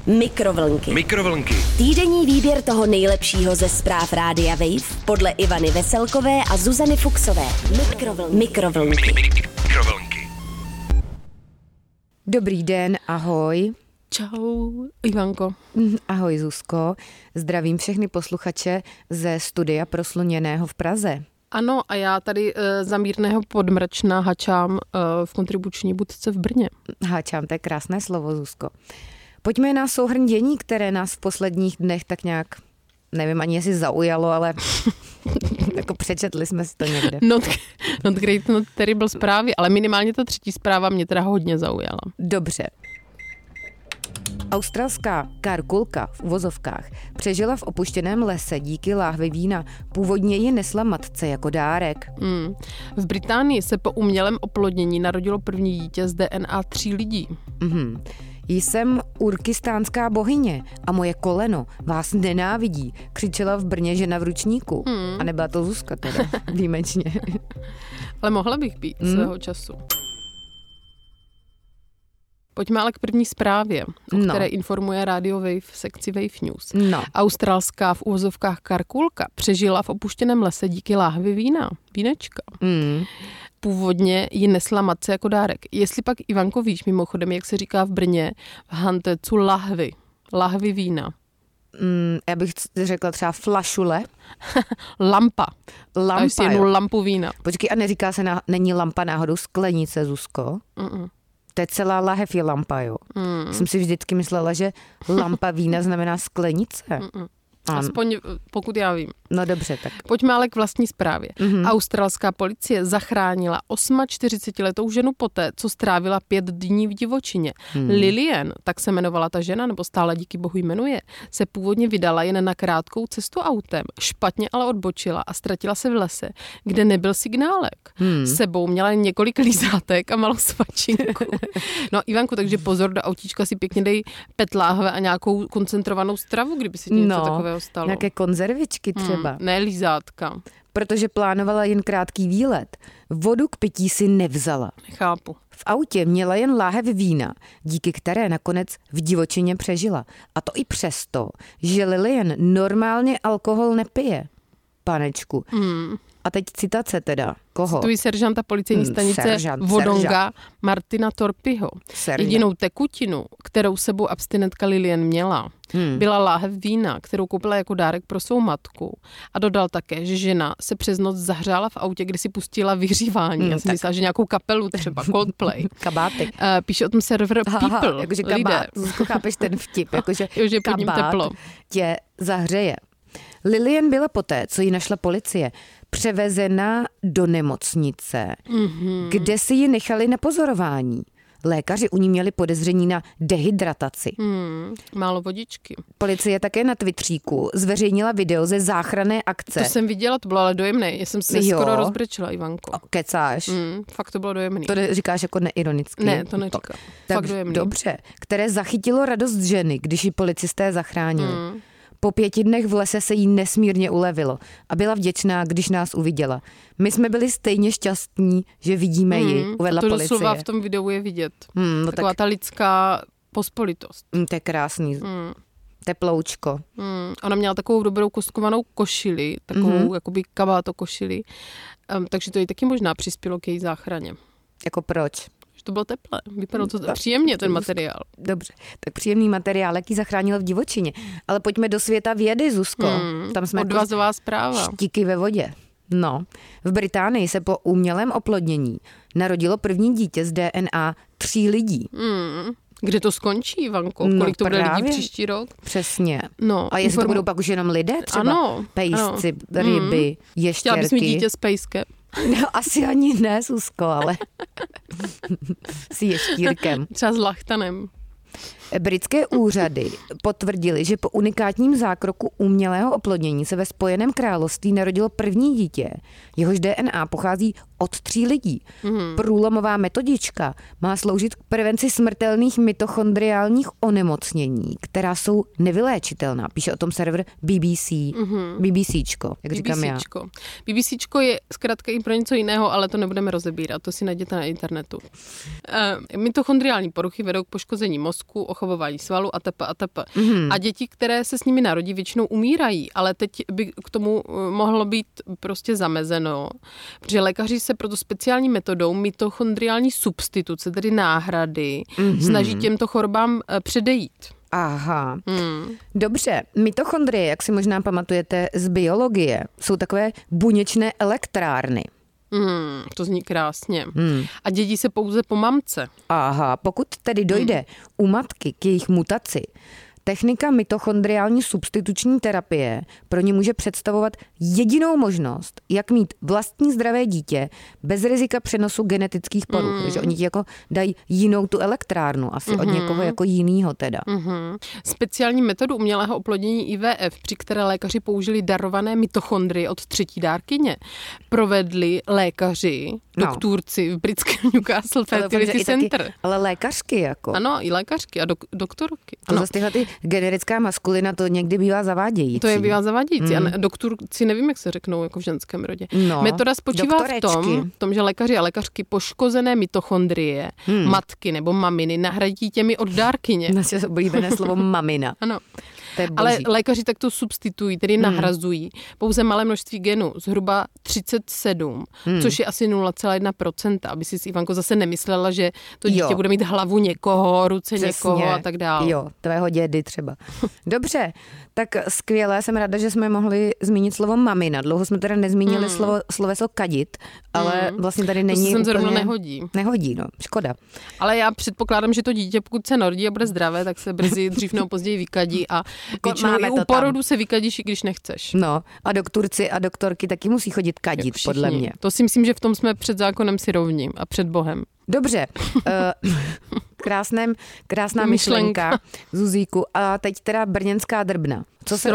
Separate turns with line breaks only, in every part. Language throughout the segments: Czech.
Mikrovlnky. Týdenní výběr toho nejlepšího ze zpráv Rádia Wave podle Ivany Veselkové a Zuzany Fuxové. Mikrovlnky.
Dobrý den, ahoj.
Čau, Ivanko.
Ahoj, Zuzko. Zdravím všechny posluchače ze studia Prosluněného v Praze.
Ano, a já tady za mírného podmračna hačám v kontribuční budce v Brně.
Hačám, to je krásné slovo, Zuzko. Pojďme na souhrn dění, které nás v posledních dnech tak nějak, nevím ani jestli zaujalo, ale jako přečetli jsme si to někde.
Not great, not terrible zprávy, ale minimálně ta třetí zpráva mě teda hodně zaujala.
Dobře. Australská karkulka v uvozovkách přežila v opuštěném lese díky láhvi vína. Původně ji nesla matce jako dárek.
V Británii se po umělém oplodnění narodilo první dítě z DNA 3 lidí.
Jsem urkistánská bohyně a moje koleno vás nenávidí, křičela v Brně žena v ručníku. A nebyla to Zuzka teda, výjimečně.
Ale mohla bych být svého času. Pojďme ale k první zprávě, o které informuje Radio Wave v sekci Wave News. Australská v uvozovkách karkulka přežila v opuštěném lese díky láhvi vína. Vínečka. Původně ji nesla matce jako dárek. Jestli pak, Ivanko, víš mimochodem, jak se říká v Brně, v Hantecu lahvi vína.
Já bych řekla třeba flašule.
Lampa.
Lampa,
si jednu lampu vína.
Počkej, a neříká se, není lampa náhodou sklenice, Zuzko? To je celá lahev je lampa, jo. Jsem si vždycky myslela, že lampa vína znamená sklenice.
Aspoň pokud já vím.
No dobře, tak.
Pojďme ale k vlastní zprávě. Australská policie zachránila 48letou ženu poté, co strávila 5 dní v divočině. Lilian, tak se jmenovala ta žena, nebo stále díky bohu jmenuje, se původně vydala jen na krátkou cestu autem, špatně ale odbočila a ztratila se v lese, kde nebyl signálek. S sebou měla několik lízátek a malou svačinku. No Ivanku, takže pozor, do autíčka si pěkně dej petláhve a nějakou koncentrovanou stravu, kdyby si něco takového stalo.
Nějaké konzervičky třeba.
Ne lízátka.
Protože plánovala jen krátký výlet. Vodu k pití si nevzala.
Chápu.
V autě měla jen láhev vína, díky které nakonec v divočině přežila. A to i přesto, že Lilian normálně alkohol nepije. Panečku. A teď citace teda. Koho?
Cituji seržanta policejní stanice Wodonga Martina Torpyho. Jedinou tekutinu, kterou sebou abstinentka Lilian měla, byla láhev vína, kterou koupila jako dárek pro svou matku. A dodal také, že žena se přes noc zahřála v autě, kdy si pustila vyhřívání. Já jsem myslela, že nějakou kapelu, třeba Coldplay.
Kabátek.
Píše o tom server People.
Jakože kabát. Chápeš ten vtip. Jakože kabát tě zahřeje. Lilian byla poté, co ji našla policie, převezena do nemocnice, kde si ji nechali na pozorování. Lékaři u ní měli podezření na dehydrataci.
Málo vodičky.
Policie také na Twitteríku zveřejnila video ze záchranné akce.
To jsem viděla, to bylo ale dojemné. Já jsem se skoro rozbrečela, Ivanko.
Kecáš?
Fakt to bylo dojemný.
To říkáš jako neironicky?
Ne, to neříkám. Fakt dojemný.
Dobře. Které zachytilo radost ženy, když ji policisté zachránili. Po 5 dnech v lese se jí nesmírně ulevilo a byla vděčná, když nás uviděla. My jsme byli stejně šťastní, že vidíme ji, uvedla policie.
To doslova v tom videu je vidět. Taková ta lidská pospolitost.
To je krásný. Teploučko.
Ona měla takovou dobrou kostkovanou košili, takovou jakoby kabáto košili, takže to jí taky možná přispělo k její záchraně.
Jako proč?
To bylo teplé, vypadalo to příjemně ten materiál.
Dobře, tak příjemný materiál, jaký zachránil v divočině. Ale pojďme do světa vědy, Zuzko. Tam jsme
odvazová zpráva.
Štíky ve vodě. No, v Británii se po umělém oplodnění narodilo první dítě z DNA 3 lidí.
Kde to skončí, Ivanko? Kolik to bude lidí příští rok?
Přesně. No, a jestli to budou pak už jenom lidé? Třeba pejsci, ryby, ještěrky.
Chtěla bys mít dítě s pejskem.
No, asi ani ne, Zuzko, ale s ještírkem.
Třeba s lachtanem.
Britské úřady potvrdily, že po unikátním zákroku umělého oplodnění se ve Spojeném království narodilo první dítě. Jehož DNA pochází od 3 lidí. Průlomová metodička má sloužit k prevenci smrtelných mitochondriálních onemocnění, která jsou nevyléčitelná. Píše o tom server BBC. BBCčko, jak říkám já.
BBCčko je zkrátka i pro něco jiného, ale to nebudeme rozebírat, to si najděte na internetu. Mitochondriální poruchy vedou k poškození mozku, ochabování svalů atp. A děti, které se s nimi narodí, většinou umírají, ale teď by k tomu mohlo být prostě zamezeno, protože lékaři se proto speciální metodou mitochondriální substituce, tedy náhrady, snaží těmto chorobám předejít.
Aha. Dobře, mitochondrie, jak si možná pamatujete z biologie, jsou takové buněčné elektrárny.
To zní krásně. A dědí se pouze po mamce.
Aha, pokud tedy dojde u matky k jejich mutaci, technika mitochondriální substituční terapie pro ně může představovat jedinou možnost, jak mít vlastní zdravé dítě bez rizika přenosu genetických poruch. Takže oni ti jako dají jinou tu elektrárnu, asi od někoho jako jinýho teda.
Speciální metodu umělého oplodnění IVF, při které lékaři použili darované mitochondrie od třetí dárkyně, provedli lékaři, doktorci v britském Newcastle Fertility Center.
Ale lékařky jako.
Ano, i lékařky a doktorky.
To zase tyhle ty generická maskulina, to někdy bývá zavádějící.
To je bývá zavádějící. A doktorci nevím, jak se řeknou jako v ženském rodě. Metoda spočívá v tom, že lékaři a lékařky poškozené mitochondrie, matky nebo maminy nahradí těmi od dárkyně.
Naše oblíbené slovo mamina.
Ano. Ale lékaři takto substituují, tedy nahrazují pouze malé množství genů, zhruba 37, což je asi 0,1%, aby si Ivanko zase nemyslela, že to dítě bude mít hlavu někoho, ruce někoho a tak dále.
Jo, tvého dědy třeba. Dobře, tak skvělé, jsem ráda, že jsme mohli zmínit slovo mamina. Dlouho jsme teda nezmínili sloveso kadit, ale vlastně tady není
to se
úplně...
zrovna nehodí.
Nehodí, no, škoda.
Ale já předpokládám, že to dítě, pokud se narodí a bude zdravé, tak se brzy dřív nebo později vykadí a většinou i u porodu se vykadíš, i když nechceš.
No, a doktorci a doktorky taky musí chodit kadit, podle mě.
To si myslím, že v tom jsme před zákonem si rovní a před Bohem.
Dobře, krásná myšlenka, Zuzíku. A teď teda brněnská drbna.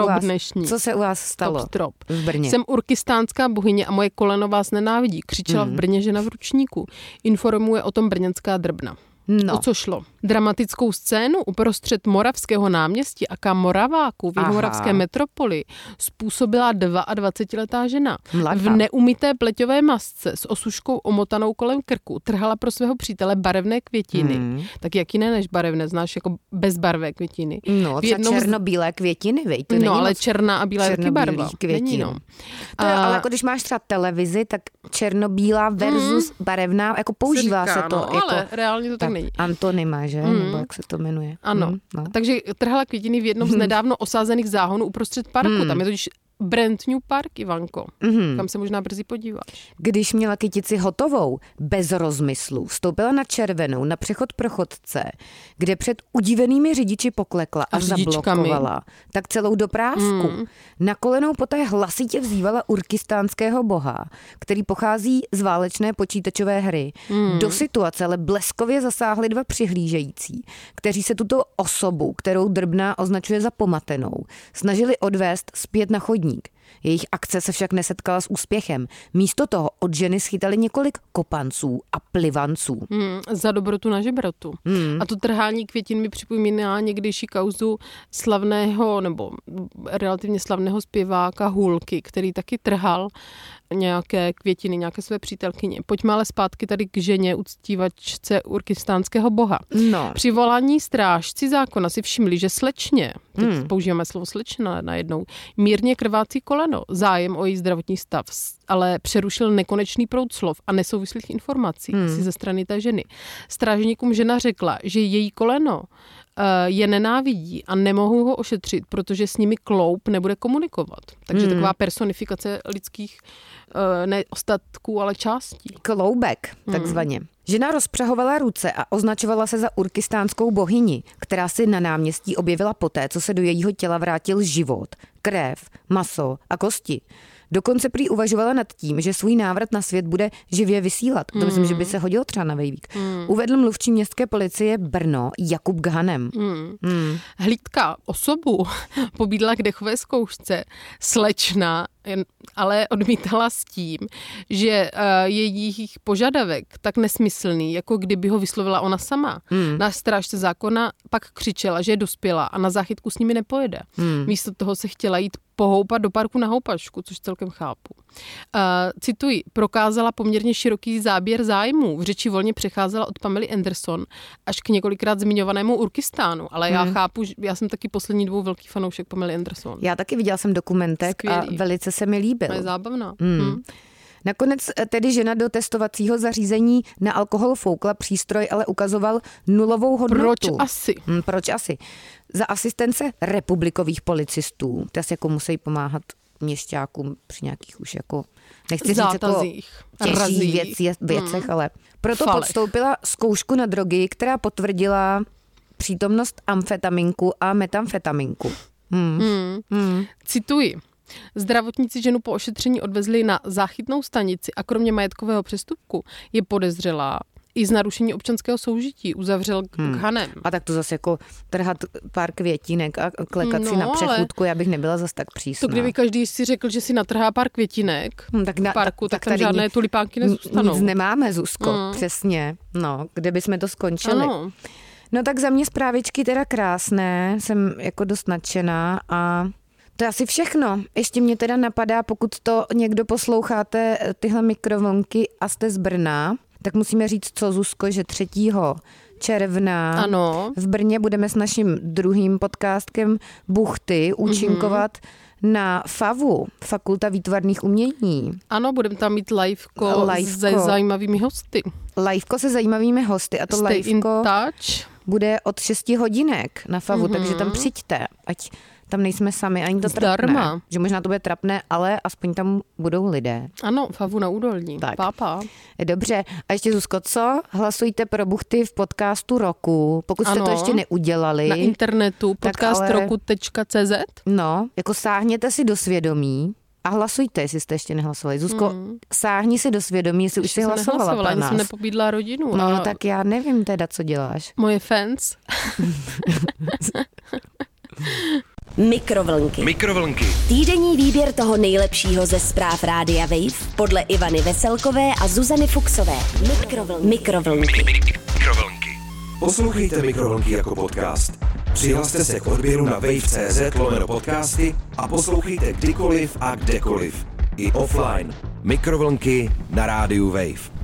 Co se u vás stalo v Brně?
Jsem urkistánská bohyně a moje koleno vás nenávidí. Křičela v Brně žena v ručníku. Informuje o tom brněnská drbna. O co šlo? Dramatickou scénu uprostřed Moravského náměstí a Moraváku v jihomoravské metropoli způsobila 22letá žena. V neumyté pleťové masce s osuškou omotanou kolem krku trhala pro svého přítele barevné květiny. Tak jak jiné než barevné, znáš jako bezbarvé květiny.
No, třeba černobílé květiny, vej. To není
ale černá a bílá je taky barva.
Není, no. Ale jako když máš třeba televizi, tak černobílá versus barevná, jako používá se to.
No,
jako,
ale reálně to tak není.
Antonyma, že? Nebo jak se to jmenuje.
Ano. Takže trhala květiny v jednom z nedávno osázených záhonů uprostřed parku. Tam je totiž Brand New Park, Ivanko. Kam se možná brzy podíváš.
Když měla kytici hotovou, bez rozmyslu, vstoupila na červenou, na přechod pro chodce, kde před udivenými řidiči poklekla a zablokovala. Tak celou doprávku. Na kolenou poté hlasitě vzývala urkistánského boha, který pochází z válečné počítačové hry. Do situace ale bleskově zasáhli 2 přihlížející, kteří se tuto osobu, kterou drbná označuje za pomatenou, snažili odvést zpět na chodník. Jejich akce se však nesetkala s úspěchem. Místo toho od ženy schytali několik kopanců a plivanců.
Za dobrotu na žebrotu. A to trhání květin mi připomíná někdejší kauzu slavného nebo relativně slavného zpěváka Hulky, který taky trhal nějaké květiny, nějaké své přítelkyně. Pojďme ale zpátky tady k ženě uctívačce urkistánského boha. Při volání strážci zákona si všimli, že slečně, teď používáme slovo slečna najednou, mírně krvácí koleno, zájem o její zdravotní stav, ale přerušil nekonečný proud slov a nesouvislých informací asi ze strany té ženy. Strážníkům žena řekla, že její koleno je nenávidí a nemohou ho ošetřit, protože s nimi kloup nebude komunikovat. Takže taková personifikace lidských ne ostatků, ale částí.
Kloubek, takzvaně. Žena rozpřahovala ruce a označovala se za urkistánskou bohyni, která si na náměstí objevila poté, co se do jejího těla vrátil život, krev, maso a kosti. Dokonce prý uvažovala nad tím, že svůj návrat na svět bude živě vysílat. To myslím, že by se hodilo třeba na Vejvík. Uvedl mluvčí městské policie Brno Jakub Ghanem.
Hlídka osobu pobídla k dechové zkoušce slečna ale odmítala s tím, že jejich požadavek tak nesmyslný, jako kdyby ho vyslovila ona sama. Na strážce zákona pak křičela, že je dospělá a na záchytku s nimi nepojede. Místo toho se chtěla jít pohoupat do parku na houpačku, což celkem chápu. Cituji, prokázala poměrně široký záběr zájmů. V řeči volně přecházela od Pamely Anderson až k několikrát zmiňovanému Urkistánu, ale já chápu, já jsem taky poslední 2 velký fanoušek Pamely Anderson.
Já taky viděla jsem dokumentek. Skvělý. A velice se mi líbil.
Je zábavná.
Nakonec tedy žena do testovacího zařízení na alkohol foukla, přístroj ale ukazoval nulovou hodnotu. Proč asi? Za asistence republikových policistů, to asi jako musí pomáhat měšťákům při nějakých už jako, nechci říct jako těžších věcech, ale proto podstoupila zkoušku na drogy, která potvrdila přítomnost amfetaminku a metamfetaminku.
Cituji. Zdravotníci ženu po ošetření odvezli na záchytnou stanici a kromě majetkového přestupku je podezřelá i z narušení občanského soužití, uzavřel Hanem.
A tak to zase jako trhat pár květinek a klekat si na přechůdku, já bych nebyla zas tak přísná.
To kdyby každý si řekl, že si natrhá pár květinek v parku, tak tam žádné tulipánky nezůstanou.
Nic nemáme, Zuzko, přesně. No, kde bychom to skončili.
Ano.
No tak za mě zprávičky teda krásné, jsem jako dost nadšená a to je asi všechno. Ještě mě teda napadá, pokud to někdo posloucháte tyhle mikrovlnky a jste z Brna, tak musíme říct, co Zuzko, že 3. června v Brně budeme s naším druhým podcastkem Buchty účinkovat na FAVu, Fakulta výtvarných umění.
Ano, budeme tam mít liveko se zajímavými hosty.
Liveko se zajímavými hosty a to liveko bude od 6 hodinek na FAVu, takže tam přijďte, ať tam nejsme sami, ani to trapné. Že možná to bude trapné, ale aspoň tam budou lidé.
Ano, FAVu na Údolní.
Tak.
Pápa.
Dobře. A ještě Zuzko, co? Hlasujte pro Buchty v podcastu roku. Pokud jste to ještě neudělali.
Na internetu podcastroku.cz.
No, jako sáhněte si do svědomí a hlasujte, jestli jste ještě nehlasovali. Zuzko, sáhni si do svědomí, jestli už jsi hlasovala pro nás.
Ani jsem nepobídla rodinu.
No, tak já nevím teda, co děláš.
Moje fans.
Mikrovlnky. Týdenní výběr toho nejlepšího ze zpráv Rádia Wave podle Ivany Veselkové a Zuzany Fuxové. Mikrovlnky.
Poslouchejte Mikrovlnky jako podcast. Přihlaste se k odběru na wave.cz/podcasty a poslouchejte kdykoliv a kdekoliv. I offline. Mikrovlnky na rádiu Wave.